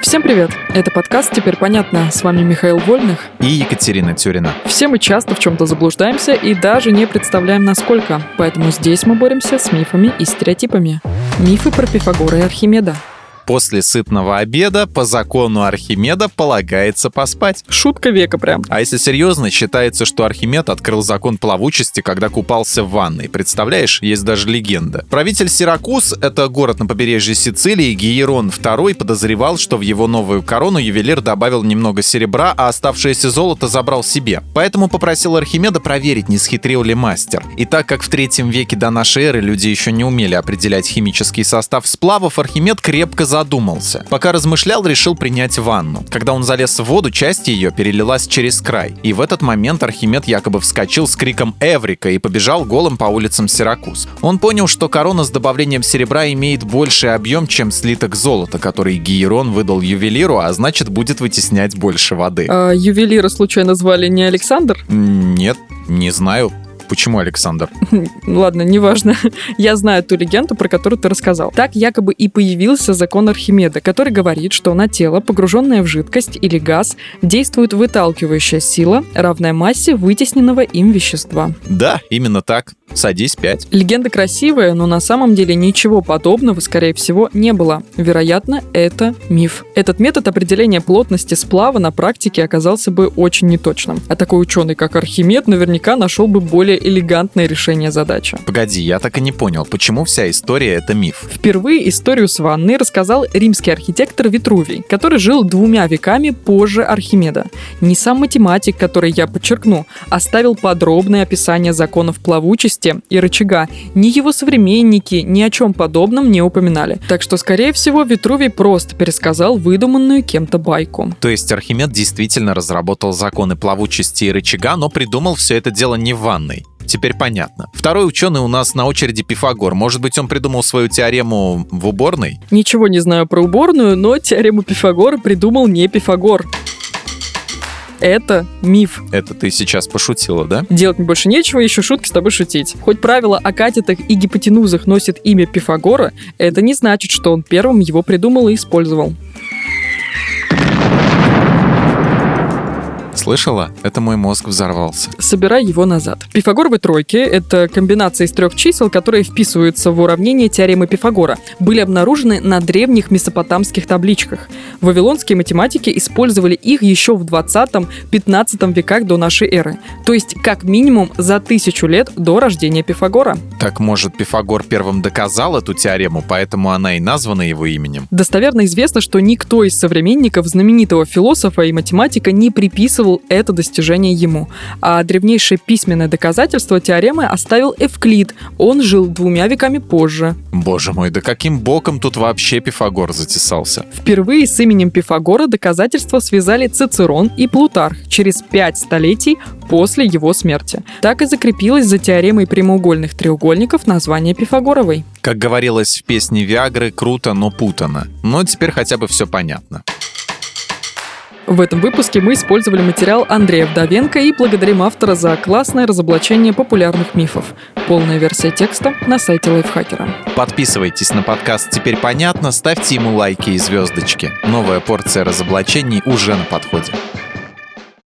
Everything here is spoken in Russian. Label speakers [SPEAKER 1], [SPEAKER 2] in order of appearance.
[SPEAKER 1] Всем привет! Это подкаст «Теперь понятно». С вами Михаил Вольных
[SPEAKER 2] и Екатерина Тюрина.
[SPEAKER 1] Все мы часто в чем-то заблуждаемся и даже не представляем, насколько. Поэтому здесь мы боремся с мифами и стереотипами. Мифы про Пифагора и Архимеда.
[SPEAKER 2] После сытного обеда по закону Архимеда полагается поспать.
[SPEAKER 1] Шутка века прям.
[SPEAKER 2] А если серьезно, считается, что Архимед открыл закон плавучести, когда купался в ванной. Представляешь, есть даже легенда. Правитель Сиракуз, это город на побережье Сицилии, Гиерон II подозревал, что в его новую корону ювелир добавил немного серебра, а оставшееся золото забрал себе. Поэтому попросил Архимеда проверить, не схитрил ли мастер. И так как в 3 веке до нашей эры люди еще не умели определять химический состав сплавов, Архимед крепко задумался. Пока размышлял, решил принять ванну. Когда он залез в воду, часть ее перелилась через край. И в этот момент Архимед якобы вскочил с криком «Эврика!» и побежал голым по улицам Сиракуз. Он понял, что корона с добавлением серебра имеет больший объем, чем слиток золота, который Гиерон выдал ювелиру, а значит будет вытеснять больше воды.
[SPEAKER 1] А ювелира случайно звали не Александр?
[SPEAKER 2] Нет, не знаю. Почему Александр?
[SPEAKER 1] Ладно, неважно. Я знаю ту легенду, про которую ты рассказал. Так якобы и появился закон Архимеда, который говорит, что на тело, погруженное в жидкость или газ, действует выталкивающая сила, равная массе вытесненного им вещества.
[SPEAKER 2] Да, именно так. Садись 5.
[SPEAKER 1] Легенда красивая, но на самом деле ничего подобного, скорее всего, не было. Вероятно, это миф. Этот метод определения плотности сплава на практике оказался бы очень неточным. А такой ученый, как Архимед, наверняка нашел бы более элегантное решение задачи.
[SPEAKER 2] Погоди, я так и не понял, почему вся история — это миф?
[SPEAKER 1] Впервые историю с ванной рассказал римский архитектор Витрувий, который жил 2 веками позже Архимеда. Не сам математик, который, я подчеркну, оставил подробное описание законов плавучести и рычага. Ни его современники ни о чем подобном не упоминали. Так что, скорее всего, Витрувий просто пересказал выдуманную кем-то байку.
[SPEAKER 2] То есть Архимед действительно разработал законы плавучести и рычага, но придумал все это дело не в ванной. Теперь понятно. Второй ученый у нас на очереди Пифагор. Может быть, он придумал свою теорему в уборной?
[SPEAKER 1] Ничего не знаю про уборную, но теорему Пифагора придумал не Пифагор. Это миф.
[SPEAKER 2] Это ты сейчас пошутила, да?
[SPEAKER 1] Делать мне больше нечего, еще шутки с тобой шутить. Хоть правило о катетах и гипотенузах носит имя Пифагора, это не значит, что он первым его придумал и использовал.
[SPEAKER 2] Слышала? Это мой мозг взорвался.
[SPEAKER 1] Собирай его назад. Пифагоровы тройки — это комбинация из 3 чисел, которые вписываются в уравнение теоремы Пифагора. Были обнаружены на древних месопотамских табличках. Вавилонские математики использовали их еще в 20-15 веках до нашей эры. То есть, как минимум, за 1000 лет до рождения Пифагора.
[SPEAKER 2] Так, может, Пифагор первым доказал эту теорему, поэтому она и названа его именем?
[SPEAKER 1] Достоверно известно, что никто из современников знаменитого философа и математика не приписывал это достижение ему. А древнейшее письменное доказательство теоремы оставил Эвклид. Он жил 2 веками позже.
[SPEAKER 2] Боже мой, да каким боком тут вообще Пифагор затесался?
[SPEAKER 1] Впервые с именем Пифагора доказательства связали Цицерон и Плутарх через 5 столетий после его смерти. Так и закрепилось за теоремой прямоугольных треугольников название Пифагоровой.
[SPEAKER 2] Как говорилось в песне Виагры, круто, но путано. Но теперь хотя бы все понятно.
[SPEAKER 1] В этом выпуске мы использовали материал Андрея Вдовенко и благодарим автора за классное разоблачение популярных мифов. Полная версия текста на сайте Лайфхакера.
[SPEAKER 2] Подписывайтесь на подкаст «Теперь понятно», ставьте ему лайки и звездочки. Новая порция разоблачений уже на подходе.